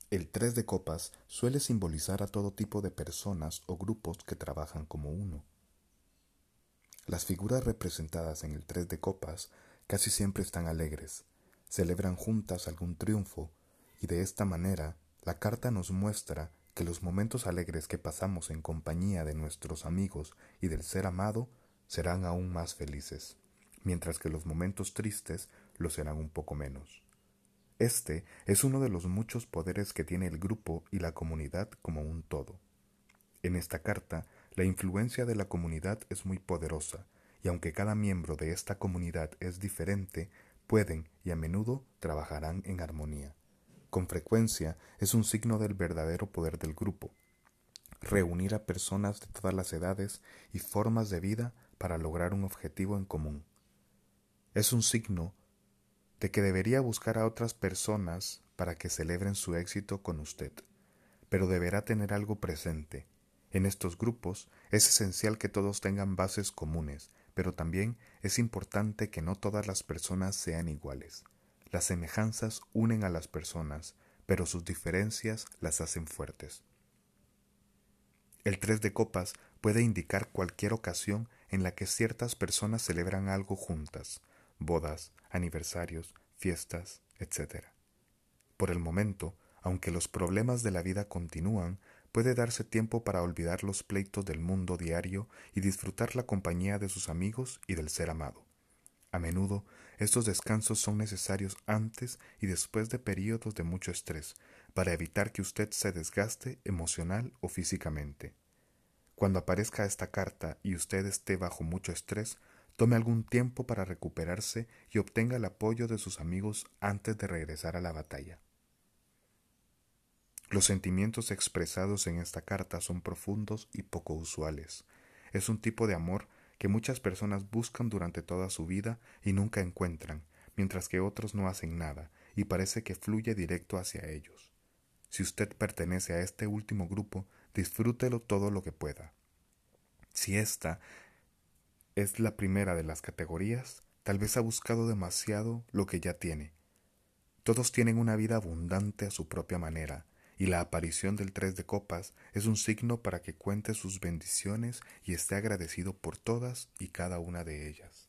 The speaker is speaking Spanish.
El 3 de copas suele simbolizar a todo tipo de personas o grupos que trabajan como uno. Las figuras representadas en el 3 de copas casi siempre están alegres, celebran juntas algún triunfo y de esta manera la carta nos muestra que los momentos alegres que pasamos en compañía de nuestros amigos y del ser amado serán aún más felices, mientras que los momentos tristes lo serán un poco menos. Este es uno de los muchos poderes que tiene el grupo y la comunidad como un todo. En esta carta, la influencia de la comunidad es muy poderosa, y aunque cada miembro de esta comunidad es diferente, pueden y a menudo trabajarán en armonía. Con frecuencia es un signo del verdadero poder del grupo, reunir a personas de todas las edades y formas de vida para lograr un objetivo en común. Es un signo de que debería buscar a otras personas para que celebren su éxito con usted, pero deberá tener algo presente. En estos grupos es esencial que todos tengan bases comunes, pero también es importante que no todas las personas sean iguales. Las semejanzas unen a las personas, pero sus diferencias las hacen fuertes. El 3 de copas puede indicar cualquier ocasión en la que ciertas personas celebran algo juntas, bodas, aniversarios, fiestas, etc. Por el momento, aunque los problemas de la vida continúan, puede darse tiempo para olvidar los pleitos del mundo diario y disfrutar la compañía de sus amigos y del ser amado. A menudo, estos descansos son necesarios antes y después de periodos de mucho estrés, para evitar que usted se desgaste emocional o físicamente. Cuando aparezca esta carta y usted esté bajo mucho estrés, tome algún tiempo para recuperarse y obtenga el apoyo de sus amigos antes de regresar a la batalla. Los sentimientos expresados en esta carta son profundos y poco usuales. Es un tipo de amor que muchas personas buscan durante toda su vida y nunca encuentran, mientras que otros no hacen nada y parece que fluye directo hacia ellos. Si usted pertenece a este último grupo, disfrútelo todo lo que pueda. Si esta es la primera de las categorías, tal vez ha buscado demasiado lo que ya tiene. Todos tienen una vida abundante a su propia manera, y la aparición del 3 de copas es un signo para que cuente sus bendiciones y esté agradecido por todas y cada una de ellas.